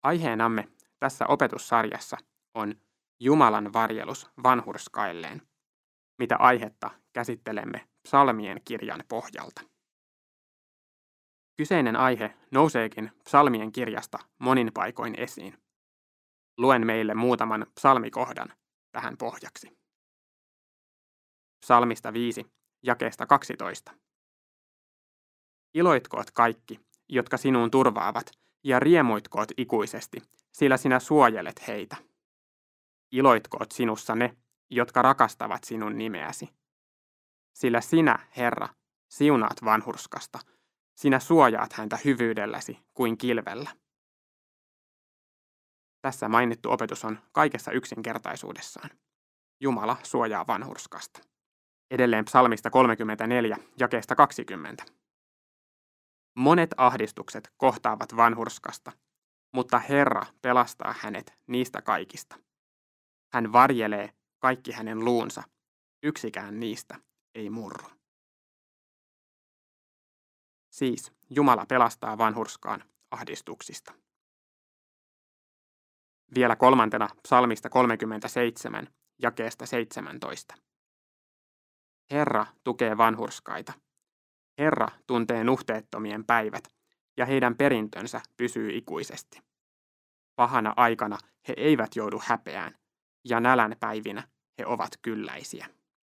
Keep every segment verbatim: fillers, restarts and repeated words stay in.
Aiheenamme tässä opetussarjassa on Jumalan varjelus vanhurskailleen, mitä aihetta käsittelemme psalmien kirjan pohjalta. Kyseinen aihe nouseekin psalmien kirjasta monin paikoin esiin. Luen meille muutaman psalmikohdan tähän pohjaksi. Psalmista viisi, jakeesta kaksitoista. Iloitkoot kaikki, jotka sinuun turvaavat, ja riemuitkoot ikuisesti, sillä sinä suojelet heitä. Iloitkoot sinussa ne, jotka rakastavat sinun nimeäsi. Sillä sinä, Herra, siunaat vanhurskasta, sinä suojaat häntä hyvyydelläsi kuin kilvellä. Tässä mainittu opetus on kaikessa yksinkertaisuudessaan. Jumala suojaa vanhurskasta. Edelleen psalmista kolmekymmentäneljä, jakeesta kaksikymmentä. Monet ahdistukset kohtaavat vanhurskasta, mutta Herra pelastaa hänet niistä kaikista. Hän varjelee kaikki hänen luunsa, yksikään niistä ei murru. Siis Jumala pelastaa vanhurskaan ahdistuksista. Vielä kolmantena psalmista kolmekymmentäseitsemän, jakeesta seitsemäntoista. Herra tukee vanhurskaita. Herra tuntee nuhteettomien päivät, ja heidän perintönsä pysyy ikuisesti. Pahana aikana he eivät joudu häpeään, ja nälän päivinä he ovat kylläisiä.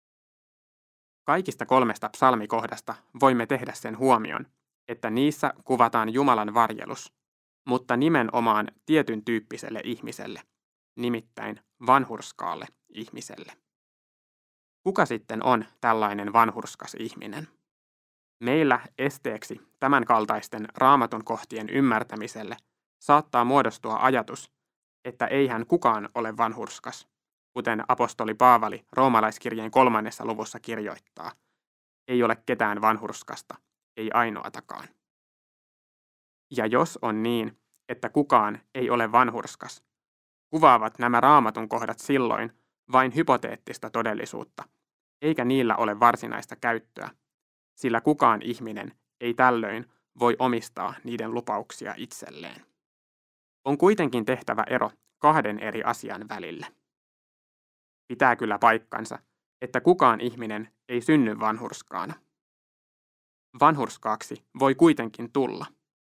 Kaikista kolmesta psalmikohdasta voimme tehdä sen huomion, että niissä kuvataan Jumalan varjelus, mutta nimenomaan tietyn tyyppiselle ihmiselle, nimittäin vanhurskaalle ihmiselle. Kuka sitten on tällainen vanhurskas ihminen? Meillä esteeksi tämän kaltaisten raamatun kohtien ymmärtämiselle saattaa muodostua ajatus, että eihän kukaan ole vanhurskas, kuten apostoli Paavali roomalaiskirjeen kolmannessa luvussa kirjoittaa. Ei ole ketään vanhurskasta, ei ainoatakaan. Ja jos on niin, että kukaan ei ole vanhurskas, kuvaavat nämä raamatun kohdat silloin vain hypoteettista todellisuutta, eikä niillä ole varsinaista käyttöä, sillä kukaan ihminen ei tällöin voi omistaa niiden lupauksia itselleen. On kuitenkin tehtävä ero kahden eri asian välille. Pitää kyllä paikkansa, että kukaan ihminen ei synny vanhurskaana. Vanhurskaaksi voi kuitenkin tulla.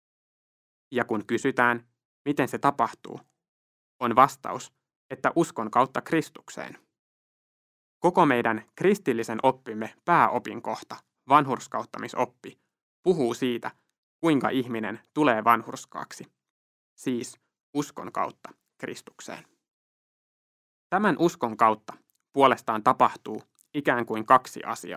Ja kun kysytään, miten se tapahtuu, on vastaus, että uskon kautta Kristukseen. Koko meidän kristillisen oppimme pääopinkohta, vanhurskauttamisoppi, puhuu siitä, kuinka ihminen tulee vanhurskaaksi, siis uskon kautta Kristukseen. Tämän uskon kautta puolestaan tapahtuu ikään kuin kaksi asiaa.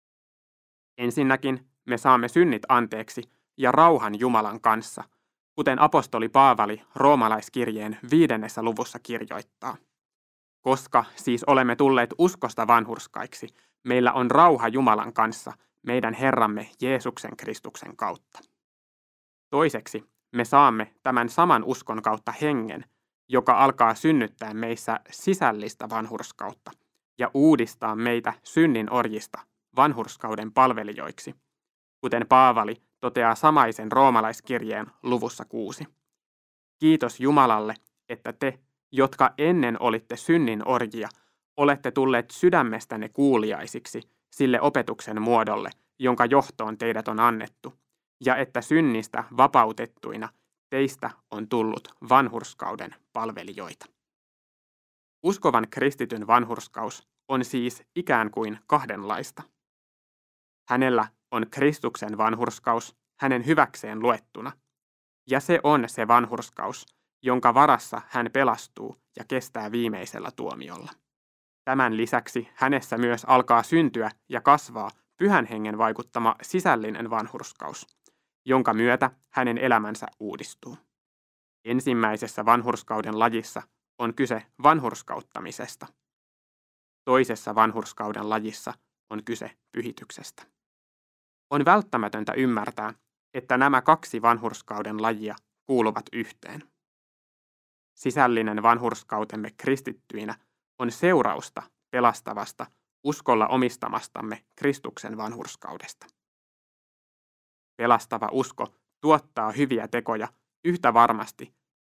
Ensinnäkin me saamme synnit anteeksi ja rauhan Jumalan kanssa, kuten apostoli Paavali roomalaiskirjeen viidennessä luvussa kirjoittaa. Koska siis olemme tulleet uskosta vanhurskaiksi, meillä on rauha Jumalan kanssa meidän Herramme Jeesuksen Kristuksen kautta. Toiseksi me saamme tämän saman uskon kautta hengen, joka alkaa synnyttää meissä sisällistä vanhurskautta ja uudistaa meitä synnin orjista vanhurskauden palvelijoiksi, kuten Paavali toteaa samaisen roomalaiskirjeen luvussa kuusi. Kiitos Jumalalle, että te, jotka ennen olitte synnin orjia, olette tulleet sydämestänne kuuliaisiksi sille opetuksen muodolle, jonka johtoon teidät on annettu, ja että synnistä vapautettuina teistä on tullut vanhurskauden palvelijoita. Uskovan kristityn vanhurskaus on siis ikään kuin kahdenlaista. Hänellä on Kristuksen vanhurskaus hänen hyväkseen luettuna, ja se on se vanhurskaus, jonka varassa hän pelastuu ja kestää viimeisellä tuomiolla. Tämän lisäksi hänessä myös alkaa syntyä ja kasvaa Pyhän Hengen vaikuttama sisällinen vanhurskaus, jonka myötä hänen elämänsä uudistuu. Ensimmäisessä vanhurskauden lajissa on kyse vanhurskauttamisesta. Toisessa vanhurskauden lajissa on kyse pyhityksestä. On välttämätöntä ymmärtää, että nämä kaksi vanhurskauden lajia kuuluvat yhteen. Sisällinen vanhurskautemme kristittyinä on seurausta pelastavasta, uskolla omistamastamme Kristuksen vanhurskaudesta. Pelastava usko tuottaa hyviä tekoja yhtä varmasti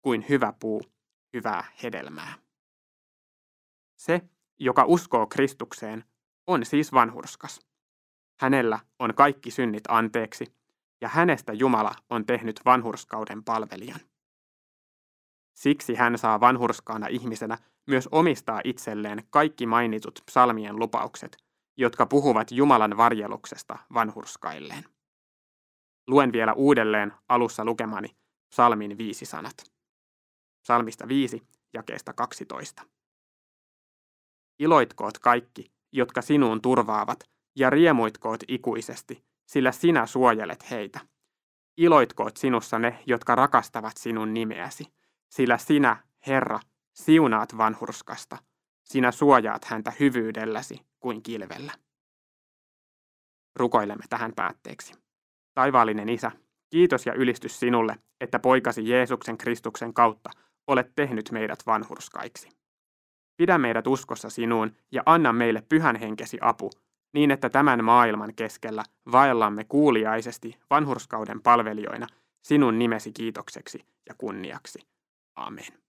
kuin hyvä puu hyvää hedelmää. Se, joka uskoo Kristukseen, on siis vanhurskas. Hänellä on kaikki synnit anteeksi, ja hänestä Jumala on tehnyt vanhurskauden palvelijan. Siksi hän saa vanhurskaana ihmisenä myös omistaa itselleen kaikki mainitut psalmien lupaukset, jotka puhuvat Jumalan varjeluksesta vanhurskailleen. Luen vielä uudelleen alussa lukemani psalmin viisi sanat. Psalmista viisi, jakeesta kaksitoista. Iloitkoot kaikki, jotka sinuun turvaavat, ja riemuitkoot ikuisesti, sillä sinä suojelet heitä. Iloitkoot sinussa ne, jotka rakastavat sinun nimeäsi, sillä sinä, Herra, siunaat vanhurskasta. Sinä suojaat häntä hyvyydelläsi kuin kilvellä. Rukoilemme tähän päätteeksi. Taivaallinen Isä, kiitos ja ylistys sinulle, että poikasi Jeesuksen Kristuksen kautta olet tehnyt meidät vanhurskaiksi. Pidä meidät uskossa sinuun ja anna meille pyhän henkesi apu, niin että tämän maailman keskellä vaellamme kuuliaisesti vanhurskauden palvelijoina sinun nimesi kiitokseksi ja kunniaksi. Amen.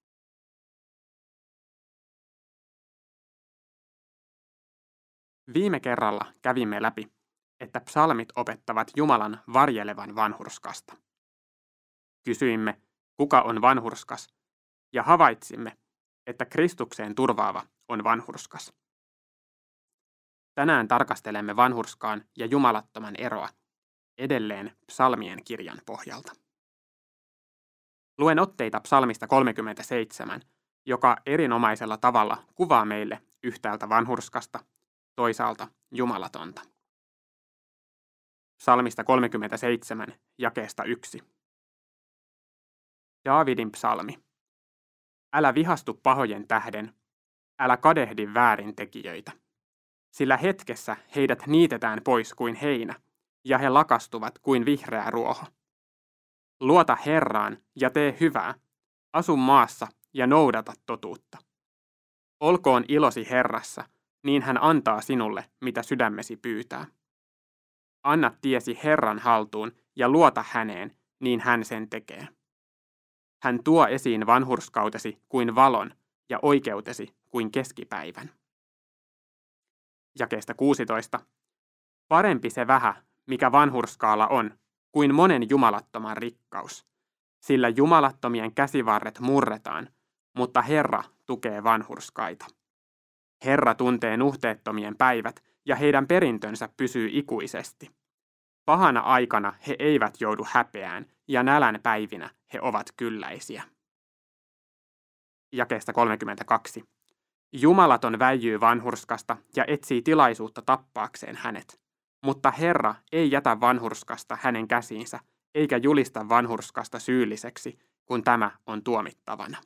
Viime kerralla kävimme läpi, että psalmit opettavat Jumalan varjelevan vanhurskasta. Kysyimme, kuka on vanhurskas, ja havaitsimme, että Kristukseen turvaava on vanhurskas. Tänään tarkastelemme vanhurskaan ja jumalattoman eroa, edelleen psalmien kirjan pohjalta. Luen otteita psalmista kolmekymmentäseitsemän, joka erinomaisella tavalla kuvaa meille yhtäältä vanhurskasta, toisaalta jumalatonta. Psalmista kolmekymmentäseitsemän, jakeesta yksi. Daavidin psalmi. Älä vihastu pahojen tähden, älä kadehdi väärintekijöitä, sillä hetkessä heidät niitetään pois kuin heinä, ja he lakastuvat kuin vihreä ruoho. Luota Herraan ja tee hyvää, asu maassa ja noudata totuutta. Olkoon ilosi Herrassa, niin hän antaa sinulle, mitä sydämesi pyytää. Anna tiesi Herran haltuun ja luota häneen, niin hän sen tekee. Hän tuo esiin vanhurskautesi kuin valon ja oikeutesi kuin keskipäivän. Jakeesta kuusitoista. Parempi se vähä, mikä vanhurskaalla on, kuin monen jumalattoman rikkaus, sillä jumalattomien käsivarret murretaan, mutta Herra tukee vanhurskaita. Herra tuntee nuhteettomien päivät, ja heidän perintönsä pysyy ikuisesti. Pahana aikana he eivät joudu häpeään, ja nälän päivinä he ovat kylläisiä. Jakeesta kolmekymmentäkaksi. Jumalaton väijyy vanhurskasta ja etsii tilaisuutta tappaakseen hänet, mutta Herra ei jätä vanhurskasta hänen käsiinsä, eikä julista vanhurskasta syylliseksi, kun tämä on tuomittavana.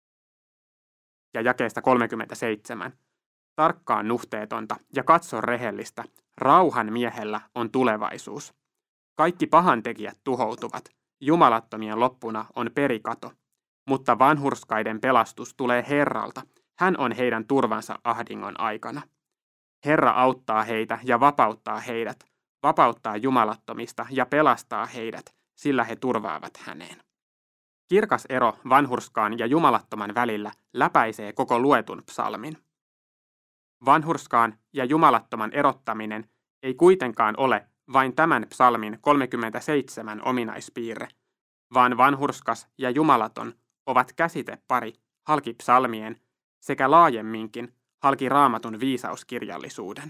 Ja jakeesta kolmekymmentäseitsemän. Tarkkaan nuhteetonta ja katso rehellistä, rauhan miehellä on tulevaisuus. Kaikki pahantekijät tuhoutuvat, jumalattomien loppuna on perikato, mutta vanhurskaiden pelastus tulee Herralta, hän on heidän turvansa ahdingon aikana. Herra auttaa heitä ja vapauttaa heidät, vapauttaa jumalattomista ja pelastaa heidät, sillä he turvaavat häneen. Kirkas ero vanhurskaan ja jumalattoman välillä läpäisee koko luetun psalmin. Vanhurskaan ja jumalattoman erottaminen ei kuitenkaan ole vain tämän psalmin kolmekymmentäseitsemän ominaispiirre, vaan vanhurskas ja jumalaton ovat käsitepari halki psalmien sekä laajemminkin halki Raamatun viisauskirjallisuuden.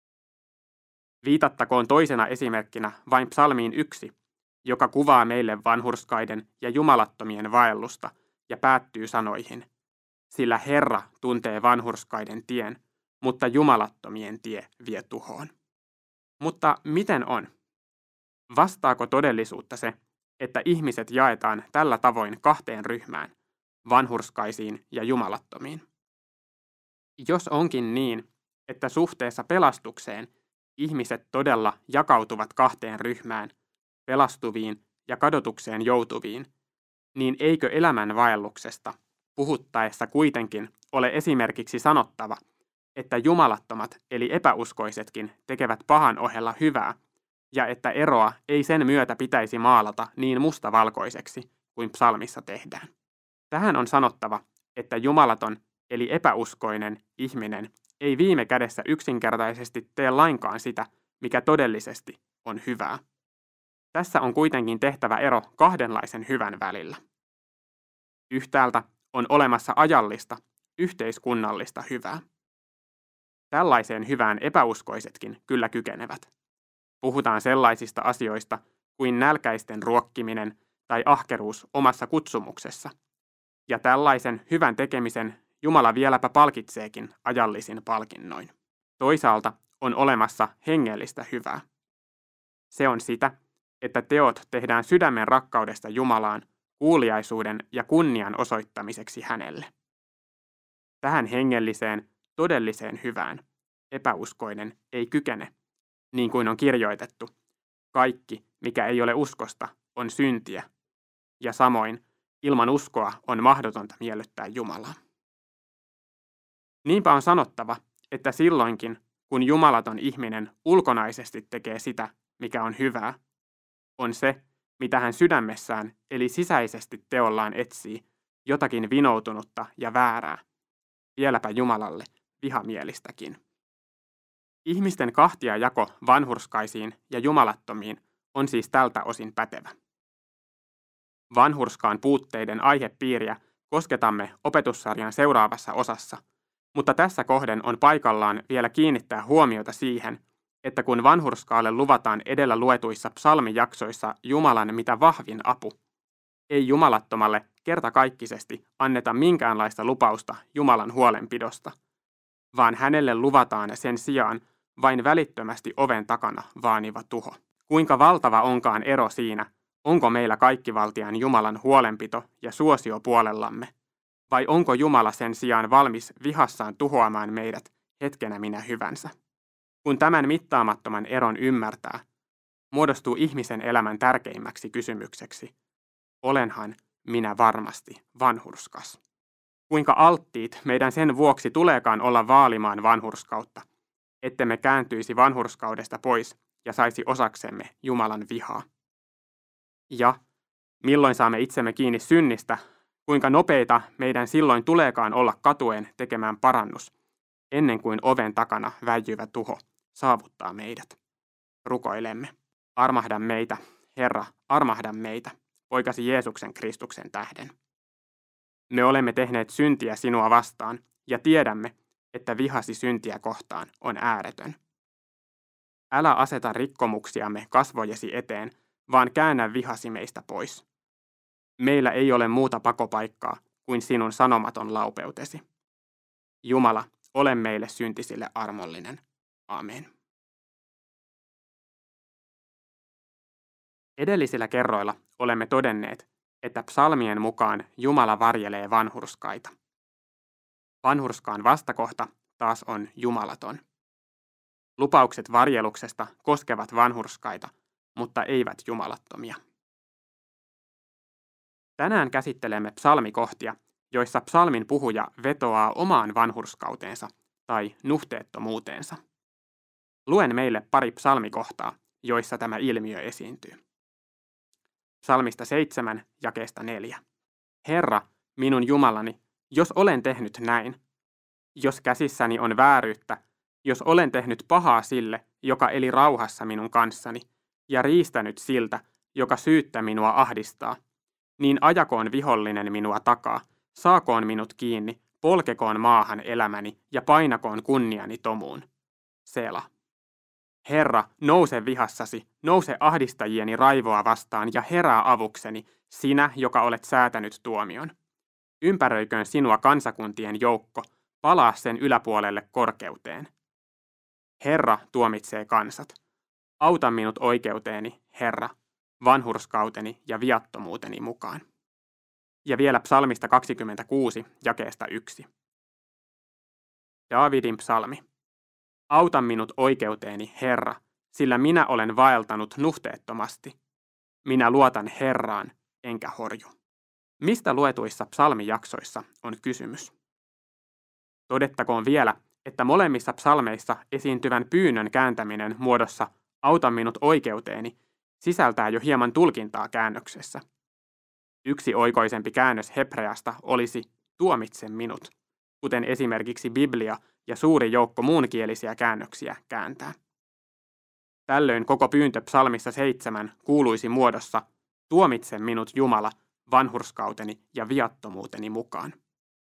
Viitattakoon toisena esimerkkinä vain psalmiin yksi, joka kuvaa meille vanhurskaiden ja jumalattomien vaellusta ja päättyy sanoihin, sillä Herra tuntee vanhurskaiden tien, mutta jumalattomien tie vie tuhoon. Mutta miten on? Vastaako todellisuutta se, että ihmiset jaetaan tällä tavoin kahteen ryhmään, vanhurskaisiin ja jumalattomiin? Jos onkin niin, että suhteessa pelastukseen ihmiset todella jakautuvat kahteen ryhmään, pelastuviin ja kadotukseen joutuviin, niin eikö elämän vaelluksesta puhuttaessa kuitenkin ole esimerkiksi sanottava, että jumalattomat eli epäuskoisetkin tekevät pahan ohella hyvää, ja että eroa ei sen myötä pitäisi maalata niin mustavalkoiseksi kuin psalmissa tehdään. Tähän on sanottava, että jumalaton eli epäuskoinen ihminen ei viime kädessä yksinkertaisesti tee lainkaan sitä, mikä todellisesti on hyvää. Tässä on kuitenkin tehtävä ero kahdenlaisen hyvän välillä. Yhtäältä on olemassa ajallista, yhteiskunnallista hyvää. Tällaiseen hyvään epäuskoisetkin kyllä kykenevät. Puhutaan sellaisista asioista kuin nälkäisten ruokkiminen tai ahkeruus omassa kutsumuksessa. Ja tällaisen hyvän tekemisen Jumala vieläpä palkitseekin ajallisin palkinnoin. Toisaalta on olemassa hengellistä hyvää. Se on sitä, että teot tehdään sydämen rakkaudesta Jumalaan, kuuliaisuuden ja kunnian osoittamiseksi hänelle. Tähän hengelliseen, todelliseen hyvään epäuskoinen ei kykene, niin kuin on kirjoitettu. Kaikki, mikä ei ole uskosta, on syntiä, ja samoin ilman uskoa on mahdotonta miellyttää Jumalaa. Niinpä on sanottava, että silloinkin, kun jumalaton ihminen ulkonaisesti tekee sitä, mikä on hyvää, on se, mitä hän sydämessään eli sisäisesti teollaan etsii, jotakin vinoutunutta ja väärää, vieläpä Jumalalle vihamielistäkin. Ihmisten kahtiajako vanhurskaisiin ja jumalattomiin on siis tältä osin pätevä. Vanhurskaan puutteiden aihepiiriä kosketamme opetussarjan seuraavassa osassa, mutta tässä kohden on paikallaan vielä kiinnittää huomiota siihen, että kun vanhurskaalle luvataan edellä luetuissa psalmijaksoissa Jumalan mitä vahvin apu, ei jumalattomalle kertakaikkisesti anneta minkäänlaista lupausta Jumalan huolenpidosta, vaan hänelle luvataan sen sijaan vain välittömästi oven takana vaaniva tuho. Kuinka valtava onkaan ero siinä, onko meillä kaikkivaltiaan Jumalan huolenpito ja suosio puolellamme, vai onko Jumala sen sijaan valmis vihassaan tuhoamaan meidät hetkenä minä hyvänsä? Kun tämän mittaamattoman eron ymmärtää, muodostuu ihmisen elämän tärkeimmäksi kysymykseksi, olenhan minä varmasti vanhurskas. Kuinka alttiit meidän sen vuoksi tuleekaan olla vaalimaan vanhurskautta, ettemme kääntyisi vanhurskaudesta pois ja saisi osaksemme Jumalan vihaa. Ja milloin saamme itsemme kiinni synnistä, kuinka nopeita meidän silloin tuleekaan olla katuen tekemään parannus, ennen kuin oven takana väijyvä tuho saavuttaa meidät. Rukoilemme. Armahda meitä, Herra, armahda meitä, poikasi Jeesuksen Kristuksen tähden. Me olemme tehneet syntiä sinua vastaan ja tiedämme, että vihasi syntiä kohtaan on ääretön. Älä aseta rikkomuksiamme kasvojesi eteen, vaan käännä vihasi meistä pois. Meillä ei ole muuta pakopaikkaa kuin sinun sanomaton laupeutesi. Jumala, ole meille syntisille armollinen. Amen. Edellisillä kerroilla olemme todenneet, että psalmien mukaan Jumala varjelee vanhurskaita. Vanhurskaan vastakohta taas on jumalaton. Lupaukset varjeluksesta koskevat vanhurskaita, mutta eivät jumalattomia. Tänään käsittelemme psalmikohtia, joissa psalmin puhuja vetoaa omaan vanhurskauteensa tai nuhteettomuuteensa. Luen meille pari psalmikohtaa, joissa tämä ilmiö esiintyy. Psalmista seitsemän, jakeesta neljä. Herra, minun Jumalani, jos olen tehnyt näin, jos käsissäni on vääryyttä, jos olen tehnyt pahaa sille, joka eli rauhassa minun kanssani, ja riistänyt siltä, joka syyttä minua ahdistaa, niin ajakoon vihollinen minua takaa, saakoon minut kiinni, polkekoon maahan elämäni ja painakoon kunniani tomuun. Sela. Herra, nouse vihassasi, nouse ahdistajieni raivoa vastaan ja herää avukseni, sinä, joka olet säätänyt tuomion. Ympäröiköön sinua kansakuntien joukko, palaa sen yläpuolelle korkeuteen. Herra tuomitsee kansat. Auta minut oikeuteeni, Herra, vanhurskauteni ja viattomuuteni mukaan. Ja vielä psalmista kaksikymmentäkuusi, jakeesta yksi. Daavidin psalmi. Auta minut oikeuteeni, Herra, sillä minä olen vaeltanut nuhteettomasti. Minä luotan Herraan, enkä horju. Mistä luetuissa psalmijaksoissa on kysymys? Todettakoon vielä, että molemmissa psalmeissa esiintyvän pyynnön kääntäminen muodossa auta minut oikeuteeni sisältää jo hieman tulkintaa käännöksessä. Yksi oikoisempi käännös hebreasta olisi tuomitse minut, kuten esimerkiksi Biblia ja suuri joukko muunkielisiä käännöksiä kääntää. Tällöin koko pyyntö psalmissa seitsemän kuuluisi muodossa tuomitse minut Jumala vanhurskauteni ja viattomuuteni mukaan.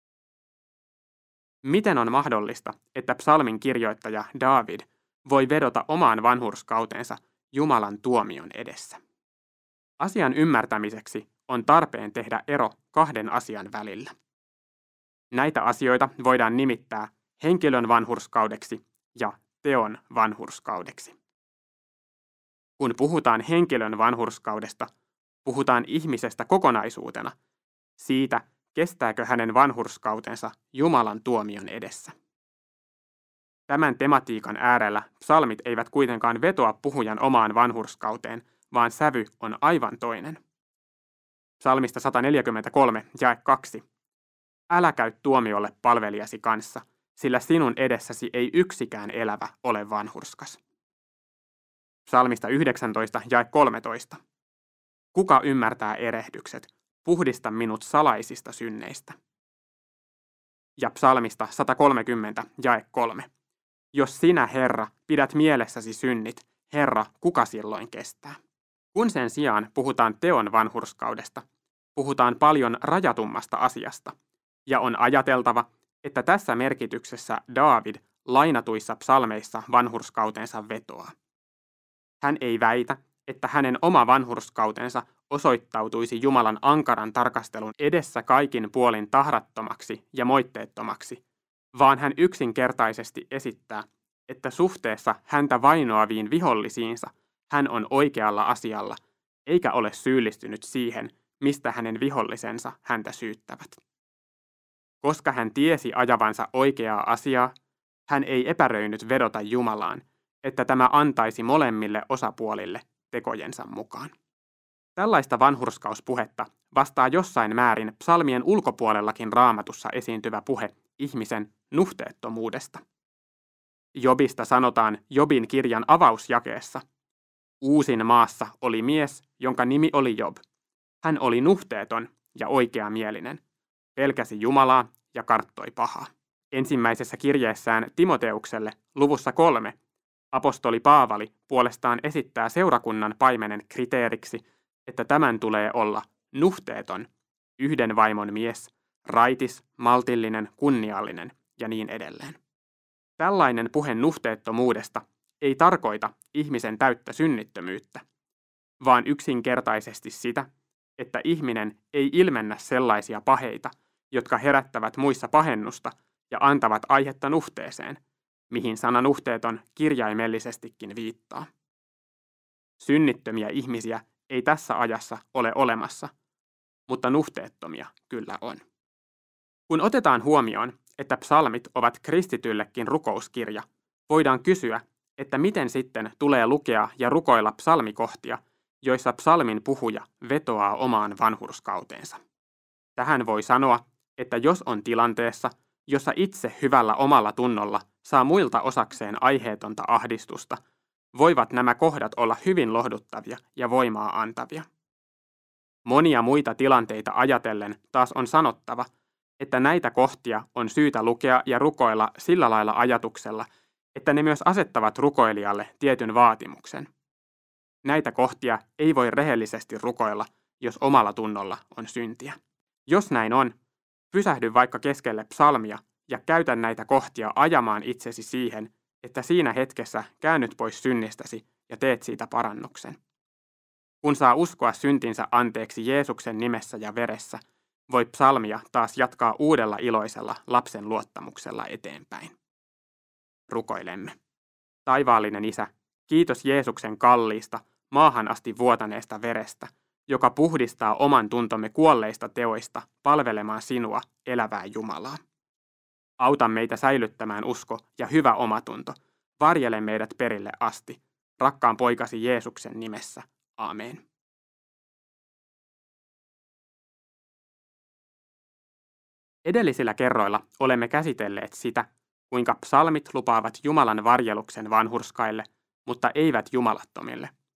Miten on mahdollista, että psalmin kirjoittaja Daavid voi vedota omaan vanhurskauteensa Jumalan tuomion edessä? Asian ymmärtämiseksi on tarpeen tehdä ero kahden asian välillä. Näitä asioita voidaan nimittää henkilön vanhurskaudeksi ja teon vanhurskaudeksi. Kun puhutaan henkilön vanhurskaudesta, puhutaan ihmisestä kokonaisuutena, siitä, kestääkö hänen vanhurskautensa Jumalan tuomion edessä. Tämän tematiikan äärellä psalmit eivät kuitenkaan vetoa puhujan omaan vanhurskauteen, vaan sävy on aivan toinen. Psalmista sata neljäkymmentäkolme, jae kaksi. Älä käy tuomiolle palvelijasi kanssa, sillä sinun edessäsi ei yksikään elävä ole vanhurskas. Psalmista yhdeksäntoista, jae kolmetoista. Kuka ymmärtää erehdykset? Puhdista minut salaisista synneistä. Ja psalmista sata kolmekymmentä, jae kolme. Jos sinä, Herra, pidät mielessäsi synnit, Herra, kuka silloin kestää? Kun sen sijaan puhutaan teon vanhurskaudesta, puhutaan paljon rajatummasta asiasta, ja on ajateltava, että tässä merkityksessä Daavid lainatuissa psalmeissa vanhurskautensa vetoaa. Hän ei väitä, että hänen oma vanhurskautensa osoittautuisi Jumalan ankaran tarkastelun edessä kaikin puolin tahrattomaksi ja moitteettomaksi, vaan hän yksinkertaisesti esittää, että suhteessa häntä vainoaviin vihollisiinsa hän on oikealla asialla, eikä ole syyllistynyt siihen, mistä hänen vihollisensa häntä syyttävät. Koska hän tiesi ajavansa oikeaa asiaa, hän ei epäröinyt vedota Jumalaan, että tämä antaisi molemmille osapuolille tekojensa mukaan. Tällaista vanhurskauspuhetta vastaa jossain määrin psalmien ulkopuolellakin Raamatussa esiintyvä puhe ihmisen nuhteettomuudesta. Jobista sanotaan Jobin kirjan avausjakeessa: Uusin maassa oli mies, jonka nimi oli Job. Hän oli nuhteeton ja oikeamielinen, pelkäsi Jumalaa ja karttoi pahaa. Ensimmäisessä kirjeessään Timoteukselle luvussa kolme apostoli Paavali puolestaan esittää seurakunnan paimenen kriteeriksi, että tämän tulee olla nuhteeton, yhden vaimon mies, raitis, maltillinen, kunniallinen ja niin edelleen. Tällainen puhe nuhteettomuudesta ei tarkoita ihmisen täyttä synnittömyyttä, vaan yksinkertaisesti sitä, että ihminen ei ilmennä sellaisia paheita, jotka herättävät muissa pahennusta ja antavat aihetta nuhteeseen, mihin sana nuhteeton kirjaimellisestikin viittaa. Synnittömiä ihmisiä ei tässä ajassa ole olemassa, mutta nuhteettomia kyllä on. Kun otetaan huomioon, että psalmit ovat kristityllekin rukouskirja, voidaan kysyä, että miten sitten tulee lukea ja rukoilla psalmikohtia, joissa psalmin puhuja vetoaa omaan vanhurskauteensa. Tähän voi sanoa, että jos on tilanteessa, jossa itse hyvällä omalla tunnolla saa muilta osakseen aiheetonta ahdistusta, voivat nämä kohdat olla hyvin lohduttavia ja voimaa antavia. Monia muita tilanteita ajatellen taas on sanottava, että näitä kohtia on syytä lukea ja rukoilla sillä lailla ajatuksella, että ne myös asettavat rukoilijalle tietyn vaatimuksen. Näitä kohtia ei voi rehellisesti rukoilla, jos omalla tunnolla on syntiä. Jos näin on, pysähdy vaikka keskelle psalmia ja käytä näitä kohtia ajamaan itsesi siihen, että siinä hetkessä käännyt pois synnistäsi ja teet siitä parannuksen. Kun saa uskoa syntinsä anteeksi Jeesuksen nimessä ja veressä, voi psalmia taas jatkaa uudella iloisella lapsen luottamuksella eteenpäin. Rukoilemme. Taivaallinen Isä, kiitos Jeesuksen kalliista, maahan asti vuotaneesta verestä, joka puhdistaa oman tuntomme kuolleista teoista palvelemaan sinua, elävää Jumalaa. Auta meitä säilyttämään usko ja hyvä omatunto. Varjele meidät perille asti. Rakkaan poikasi Jeesuksen nimessä. Aamen. Edellisillä kerroilla olemme käsitelleet sitä, kuinka psalmit lupaavat Jumalan varjeluksen vanhurskaille, mutta eivät jumalattomille,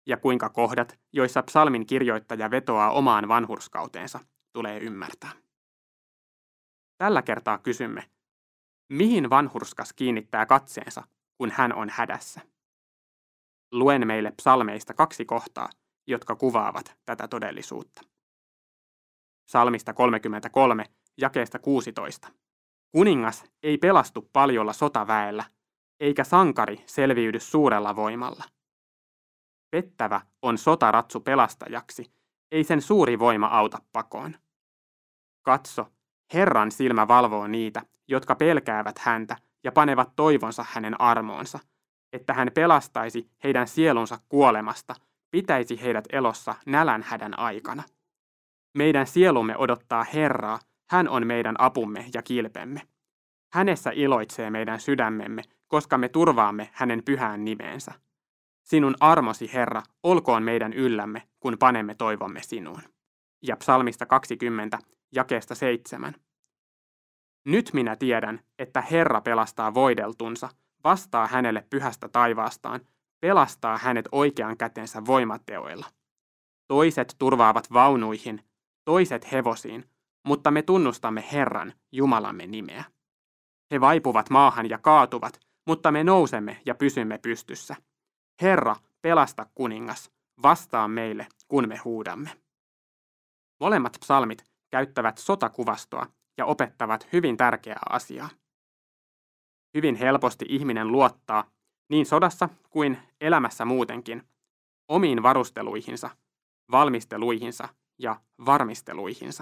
ja kuinka kohdat, joissa psalmin kirjoittaja vetoaa omaan vanhurskauteensa, tulee ymmärtää. Tällä kertaa kysymme, mihin vanhurskas kiinnittää katseensa, kun hän on hädässä? Luen meille psalmeista kaksi kohtaa, jotka kuvaavat tätä todellisuutta. Psalmista kolmekymmentäkolme, jakeesta kuusitoista. Kuningas ei pelastu paljolla sotaväellä, eikä sankari selviydy suurella voimalla. Pettävä on sotaratsu pelastajaksi, ei sen suuri voima auta pakoon. Katso, Herran silmä valvoo niitä, jotka pelkäävät häntä ja panevat toivonsa hänen armoonsa, että hän pelastaisi heidän sielunsa kuolemasta, pitäisi heidät elossa nälänhädän aikana. Meidän sielumme odottaa Herraa, hän on meidän apumme ja kilpemme. Hänessä iloitsee meidän sydämemme, koska me turvaamme hänen pyhään nimeensä. Sinun armosi, Herra, olkoon meidän yllämme, kun panemme toivomme sinuun. Ja psalmista kaksikymmentä, jakeesta seitsemän. Nyt minä tiedän, että Herra pelastaa voideltunsa, vastaa hänelle pyhästä taivaastaan, pelastaa hänet oikean kätensä voimateoilla. Toiset turvaavat vaunuihin, toiset hevosiin, mutta me tunnustamme Herran, Jumalamme nimeä. He vaipuvat maahan ja kaatuvat, mutta me nousemme ja pysymme pystyssä. Herra, pelasta kuningas, vastaa meille, kun me huudamme. Molemmat psalmit käyttävät sotakuvastoa ja opettavat hyvin tärkeää asiaa. Hyvin helposti ihminen luottaa, niin sodassa kuin elämässä muutenkin, omiin varusteluihinsa, valmisteluihinsa ja varmisteluihinsa.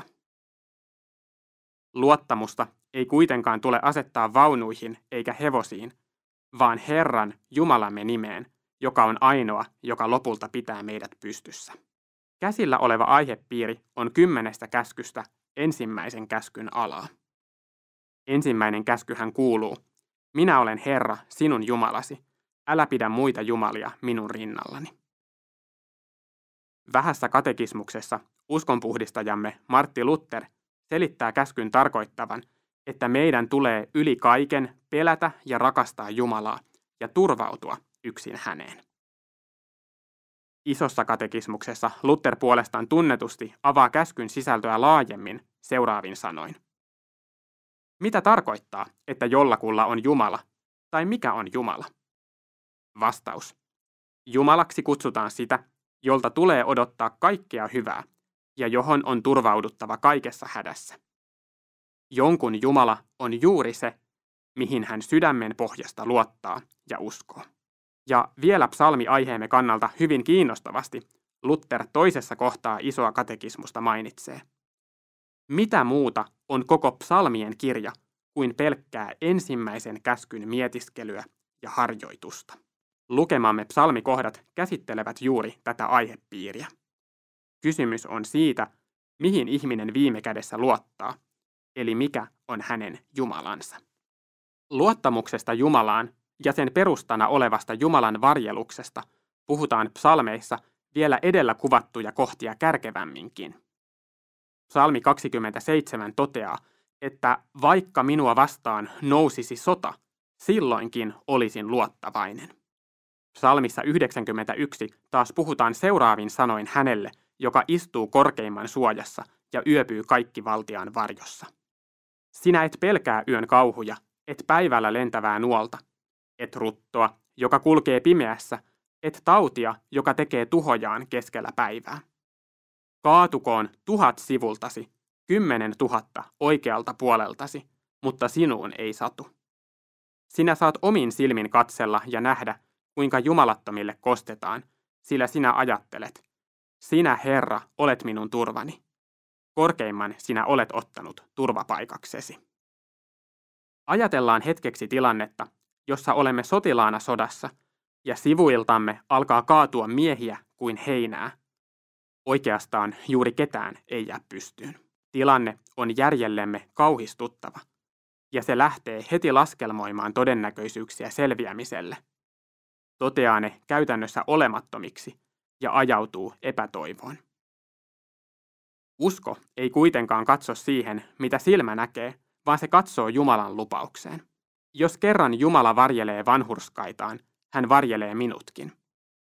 Luottamusta ei kuitenkaan tule asettaa vaunuihin eikä hevosiin, vaan Herran, Jumalamme nimeen, joka on ainoa, joka lopulta pitää meidät pystyssä. Käsillä oleva aihepiiri on kymmenestä käskystä ensimmäisen käskyn alaa. Ensimmäinen käskyhän kuuluu, minä olen Herra, sinun Jumalasi, älä pidä muita jumalia minun rinnallani. Vähässä katekismuksessa uskonpuhdistajamme Martti Luther selittää käskyn tarkoittavan, että meidän tulee yli kaiken pelätä ja rakastaa Jumalaa ja turvautua yksin häneen. Isossa katekismuksessa Luther puolestaan tunnetusti avaa käskyn sisältöä laajemmin seuraavin sanoin. Mitä tarkoittaa, että jollakulla on Jumala, tai mikä on Jumala? Vastaus. Jumalaksi kutsutaan sitä, jolta tulee odottaa kaikkea hyvää, ja johon on turvauduttava kaikessa hädässä. Jonkun Jumala on juuri se, mihin hän sydämen pohjasta luottaa ja uskoo. Ja vielä psalmi-aiheemme kannalta hyvin kiinnostavasti Luther toisessa kohtaa isoa katekismusta mainitsee. Mitä muuta on koko psalmien kirja kuin pelkkää ensimmäisen käskyn mietiskelyä ja harjoitusta? Lukemamme psalmikohdat käsittelevät juuri tätä aihepiiriä. Kysymys on siitä, mihin ihminen viime kädessä luottaa, eli mikä on hänen Jumalansa. Luottamuksesta Jumalaan ja sen perustana olevasta Jumalan varjeluksesta puhutaan psalmeissa vielä edellä kuvattuja kohtia kärkevämminkin. Psalmi kaksikymmentäseitsemän toteaa, että vaikka minua vastaan nousisi sota, silloinkin olisin luottavainen. Psalmissa yhdeksänkymmentäyksi taas puhutaan seuraavin sanoin hänelle, joka istuu korkeimman suojassa ja yöpyy kaikkivaltiaan varjossa. Sinä et pelkää yön kauhuja, et päivällä lentävää nuolta, et ruttoa, joka kulkee pimeässä, et tautia, joka tekee tuhojaan keskellä päivää. Kaatukoon tuhat sivultasi, kymmenen tuhatta oikealta puoleltasi, mutta sinuun ei satu. Sinä saat omin silmin katsella ja nähdä, kuinka jumalattomille kostetaan, sillä sinä ajattelet, sinä Herra olet minun turvani. Korkeimman sinä olet ottanut turvapaikaksesi. Ajatellaan hetkeksi tilannetta, jossa olemme sotilaana sodassa ja sivuiltamme alkaa kaatua miehiä kuin heinää. Oikeastaan juuri ketään ei jää pystyyn. Tilanne on järjellemme kauhistuttava ja se lähtee heti laskelmoimaan todennäköisyyksiä selviämiselle. Toteaa ne käytännössä olemattomiksi ja ajautuu epätoivoon. Usko ei kuitenkaan katso siihen, mitä silmä näkee, vaan se katsoo Jumalan lupaukseen. Jos kerran Jumala varjelee vanhurskaitaan, hän varjelee minutkin.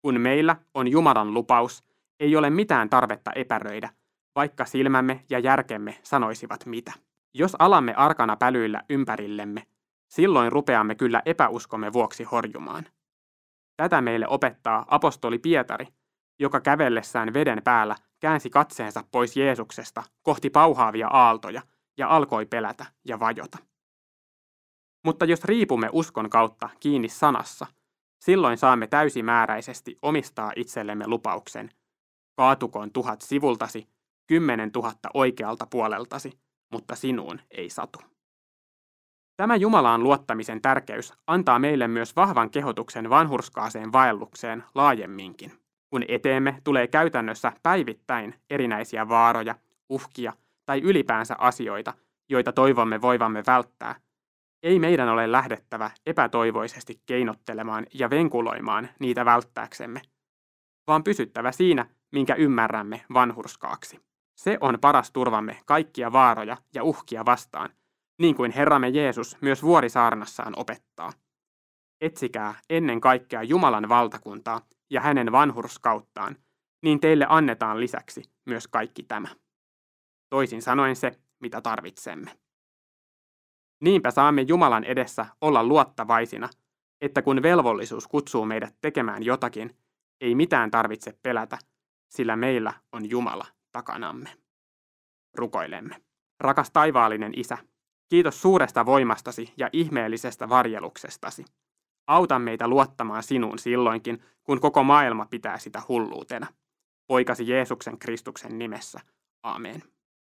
Kun meillä on Jumalan lupaus, ei ole mitään tarvetta epäröidä, vaikka silmämme ja järkemme sanoisivat mitä. Jos alamme arkana pälyillä ympärillemme, silloin rupeamme kyllä epäuskomme vuoksi horjumaan. Tätä meille opettaa apostoli Pietari, joka kävellessään veden päällä käänsi katseensa pois Jeesuksesta kohti pauhaavia aaltoja ja alkoi pelätä ja vajota. Mutta jos riipumme uskon kautta kiinni sanassa, silloin saamme täysimääräisesti omistaa itsellemme lupauksen. Kaatukoon tuhat sivultasi, kymmenen tuhatta oikealta puoleltasi, mutta sinuun ei satu. Tämä Jumalaan luottamisen tärkeys antaa meille myös vahvan kehotuksen vanhurskaaseen vaellukseen laajemminkin, kun eteemme tulee käytännössä päivittäin erinäisiä vaaroja, uhkia tai ylipäänsä asioita, joita toivomme voivamme välttää. Ei meidän ole lähdettävä epätoivoisesti keinottelemaan ja venkuloimaan niitä välttääksemme, vaan pysyttävä siinä, minkä ymmärrämme vanhurskaaksi. Se on paras turvamme kaikkia vaaroja ja uhkia vastaan, niin kuin Herramme Jeesus myös vuorisaarnassaan opettaa. Etsikää ennen kaikkea Jumalan valtakuntaa ja hänen vanhurskauttaan, niin teille annetaan lisäksi myös kaikki tämä. Toisin sanoen se, mitä tarvitsemme. Niinpä saamme Jumalan edessä olla luottavaisina, että kun velvollisuus kutsuu meidät tekemään jotakin, ei mitään tarvitse pelätä, sillä meillä on Jumala takanamme. Rukoilemme. Rakas taivaallinen Isä, kiitos suuresta voimastasi ja ihmeellisestä varjeluksestasi. Auta meitä luottamaan sinuun silloinkin, kun koko maailma pitää sitä hulluutena. Poikasi Jeesuksen Kristuksen nimessä. Aamen.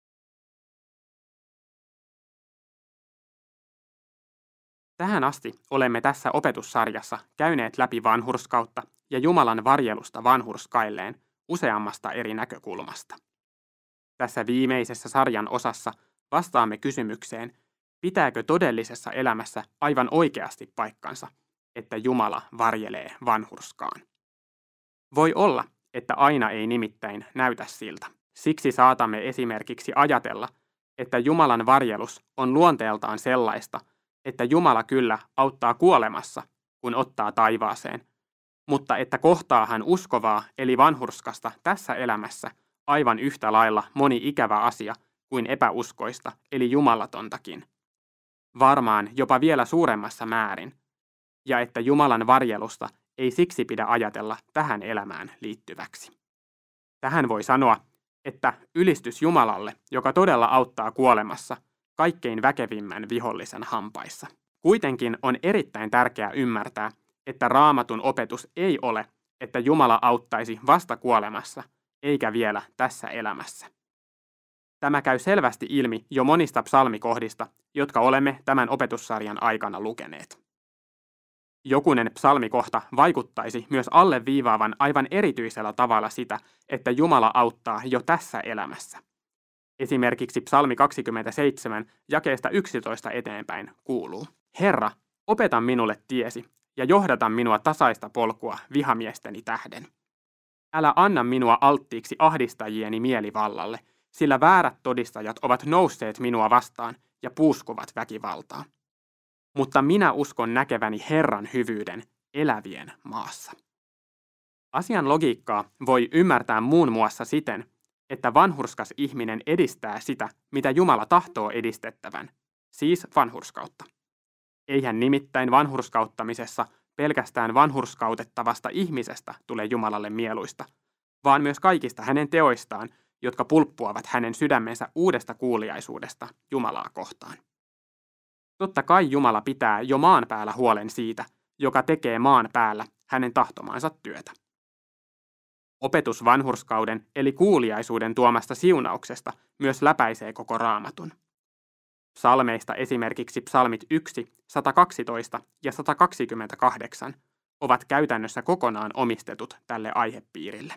Tähän asti olemme tässä opetussarjassa käyneet läpi vanhurskautta ja Jumalan varjelusta vanhurskailleen useammasta eri näkökulmasta. Tässä viimeisessä sarjan osassa vastaamme kysymykseen, pitääkö todellisessa elämässä aivan oikeasti paikkansa, että Jumala varjelee vanhurskaan. Voi olla, että aina ei nimittäin näytä siltä. Siksi saatamme esimerkiksi ajatella, että Jumalan varjelus on luonteeltaan sellaista, että Jumala kyllä auttaa kuolemassa, kun ottaa taivaaseen, mutta että kohtaa hän uskovaa eli vanhurskasta tässä elämässä aivan yhtä lailla moni ikävä asia kuin epäuskoista eli jumalatontakin. Varmaan jopa vielä suuremmassa määrin, ja että Jumalan varjelusta ei siksi pidä ajatella tähän elämään liittyväksi. Tähän voi sanoa, että ylistys Jumalalle, joka todella auttaa kuolemassa, kaikkein väkevimmän vihollisen hampaissa. Kuitenkin on erittäin tärkeää ymmärtää, että Raamatun opetus ei ole, että Jumala auttaisi vasta kuolemassa, eikä vielä tässä elämässä. Tämä käy selvästi ilmi jo monista psalmikohdista, jotka olemme tämän opetussarjan aikana lukeneet. Jokunen psalmikohta vaikuttaisi myös alleviivaavan aivan erityisellä tavalla sitä, että Jumala auttaa jo tässä elämässä. Esimerkiksi psalmi kaksikymmentäseitsemän jakeesta yksitoista eteenpäin kuuluu: Herra, opeta minulle tiesi ja johdata minua tasaista polkua vihamiesteni tähden. Älä anna minua alttiiksi ahdistajieni mielivallalle, sillä väärät todistajat ovat nousseet minua vastaan ja puuskuvat väkivaltaa. Mutta minä uskon näkeväni Herran hyvyyden elävien maassa. Asian logiikkaa voi ymmärtää muun muassa siten, että vanhurskas ihminen edistää sitä, mitä Jumala tahtoo edistettävän, siis vanhurskautta. Eihän nimittäin vanhurskauttamisessa pelkästään vanhurskautettavasta ihmisestä tule Jumalalle mieluista, vaan myös kaikista hänen teoistaan, jotka pulppuavat hänen sydämensä uudesta kuuliaisuudesta Jumalaa kohtaan. Totta kai Jumala pitää jo maan päällä huolen siitä, joka tekee maan päällä hänen tahtomaansa työtä. Opetus vanhurskauden eli kuuliaisuuden tuomasta siunauksesta myös läpäisee koko Raamatun. Psalmeista esimerkiksi psalmit yksi, sata kaksitoista ja sata kaksikymmentäkahdeksan ovat käytännössä kokonaan omistetut tälle aihepiirille.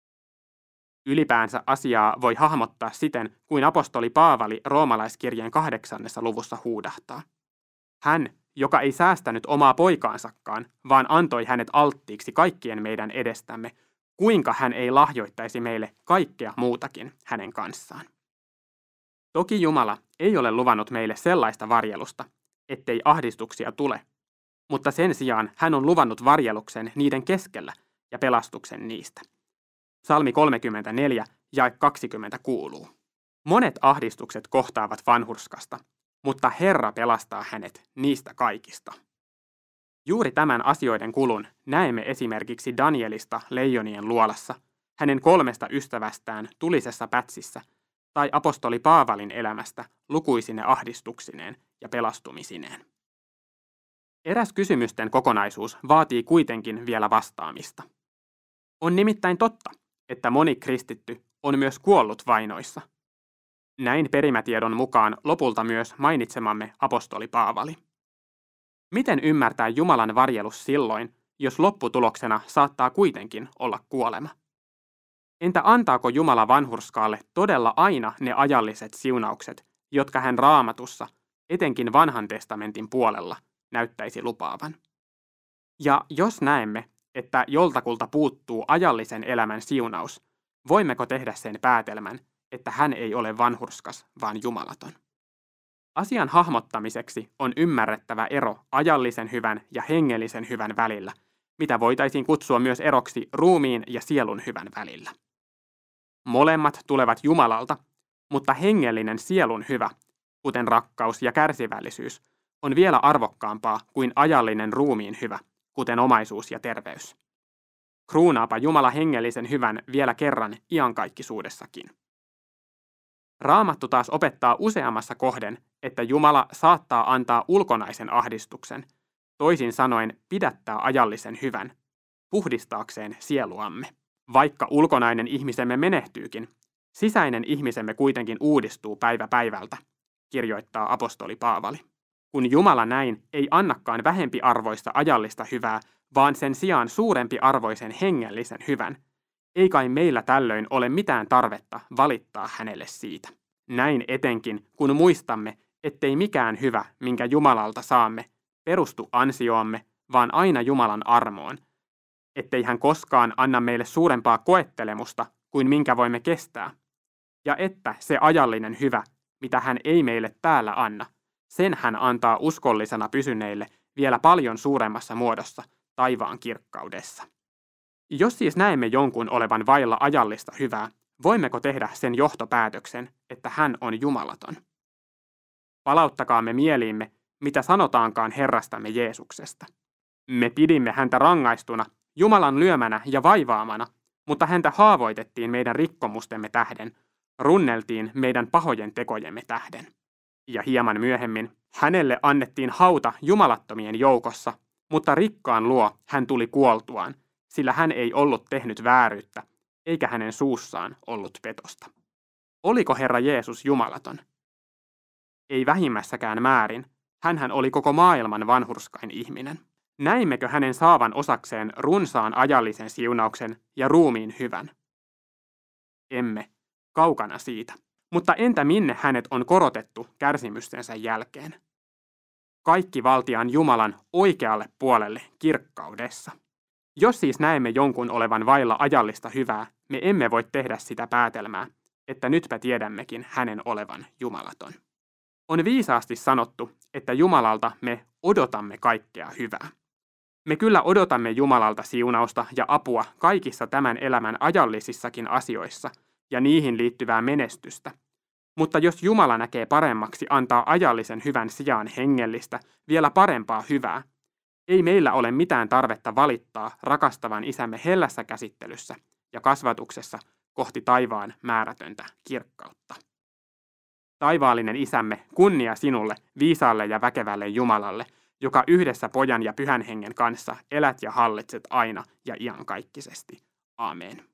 Ylipäänsä asiaa voi hahmottaa siten, kuin apostoli Paavali roomalaiskirjeen kahdeksannessa luvussa huudahtaa. Hän, joka ei säästänyt omaa poikaansakaan, vaan antoi hänet alttiiksi kaikkien meidän edestämme, kuinka hän ei lahjoittaisi meille kaikkea muutakin hänen kanssaan. Toki Jumala ei ole luvannut meille sellaista varjelusta, ettei ahdistuksia tule, mutta sen sijaan hän on luvannut varjeluksen niiden keskellä ja pelastuksen niistä. Psalmi kolmekymmentäneljä, jae kaksikymmentä kuuluu. Monet ahdistukset kohtaavat vanhurskasta, mutta Herra pelastaa hänet niistä kaikista. Juuri tämän asioiden kulun näemme esimerkiksi Danielista leijonien luolassa, hänen kolmesta ystävästään tulisessa pätsissä tai apostoli Paavalin elämästä lukuisine ahdistuksineen ja pelastumisineen. Eräs kysymysten kokonaisuus vaatii kuitenkin vielä vastaamista. On nimittäin totta, että moni kristitty on myös kuollut vainoissa. Näin perimätiedon mukaan lopulta myös mainitsemamme apostoli Paavali. Miten ymmärtää Jumalan varjelus silloin, jos lopputuloksena saattaa kuitenkin olla kuolema? Entä antaako Jumala vanhurskaalle todella aina ne ajalliset siunaukset, jotka hän Raamatussa, etenkin vanhan testamentin puolella, näyttäisi lupaavan? Ja jos näemme, että joltakulta puuttuu ajallisen elämän siunaus, voimmeko tehdä sen päätelmän, että hän ei ole vanhurskas, vaan jumalaton? Asian hahmottamiseksi on ymmärrettävä ero ajallisen hyvän ja hengellisen hyvän välillä, mitä voitaisiin kutsua myös eroksi ruumiin ja sielun hyvän välillä. Molemmat tulevat Jumalalta, mutta hengellinen sielun hyvä, kuten rakkaus ja kärsivällisyys, on vielä arvokkaampaa kuin ajallinen ruumiin hyvä, kuten omaisuus ja terveys. Kruunaapa Jumala hengellisen hyvän vielä kerran iankaikkisuudessakin. Raamattu taas opettaa useammassa kohden, että Jumala saattaa antaa ulkonaisen ahdistuksen, toisin sanoen pidättää ajallisen hyvän, puhdistaakseen sieluamme. Vaikka ulkonainen ihmisemme menehtyykin, sisäinen ihmisemme kuitenkin uudistuu päivä päivältä, kirjoittaa apostoli Paavali. Kun Jumala näin ei annakaan vähempiarvoista ajallista hyvää, vaan sen sijaan suurempi arvoisen hengellisen hyvän, ei kai meillä tällöin ole mitään tarvetta valittaa hänelle siitä. Näin etenkin, kun muistamme, ettei mikään hyvä, minkä Jumalalta saamme, perustu ansioamme, vaan aina Jumalan armoon, ettei hän koskaan anna meille suurempaa koettelemusta kuin minkä voimme kestää, ja että se ajallinen hyvä, mitä hän ei meille täällä anna, sen hän antaa uskollisena pysyneille vielä paljon suuremmassa muodossa taivaan kirkkaudessa. Jos siis näemme jonkun olevan vailla ajallista hyvää, voimmeko tehdä sen johtopäätöksen, että hän on jumalaton? Palauttakaamme mieliimme, mitä sanotaankaan Herrastamme Jeesuksesta. Me pidimme häntä rangaistuna, Jumalan lyömänä ja vaivaamana, mutta häntä haavoitettiin meidän rikkomustemme tähden, runneltiin meidän pahojen tekojemme tähden. Ja hieman myöhemmin hänelle annettiin hauta jumalattomien joukossa, mutta rikkaan luo hän tuli kuoltuaan, sillä hän ei ollut tehnyt vääryyttä, eikä hänen suussaan ollut petosta. Oliko Herra Jeesus jumalaton? Ei vähimmässäkään määrin, hänhän oli koko maailman vanhurskain ihminen. Näimmekö hänen saavan osakseen runsaan ajallisen siunauksen ja ruumiin hyvän? Emme, kaukana siitä. Mutta entä minne hänet on korotettu kärsimystensä jälkeen? Kaikki valtiaan Jumalan oikealle puolelle kirkkaudessa. Jos siis näemme jonkun olevan vailla ajallista hyvää, me emme voi tehdä sitä päätelmää, että nytpä tiedämmekin hänen olevan jumalaton. On viisaasti sanottu, että Jumalalta me odotamme kaikkea hyvää. Me kyllä odotamme Jumalalta siunausta ja apua kaikissa tämän elämän ajallisissakin asioissa ja niihin liittyvää menestystä. Mutta jos Jumala näkee paremmaksi antaa ajallisen hyvän sijaan hengellistä, vielä parempaa hyvää, ei meillä ole mitään tarvetta valittaa rakastavan isämme hellässä käsittelyssä ja kasvatuksessa kohti taivaan määrätöntä kirkkautta. Taivaallinen isämme, kunnia sinulle, viisaalle ja väkevälle Jumalalle, joka yhdessä Pojan ja Pyhän Hengen kanssa elät ja hallitset aina ja iankaikkisesti. Aamen.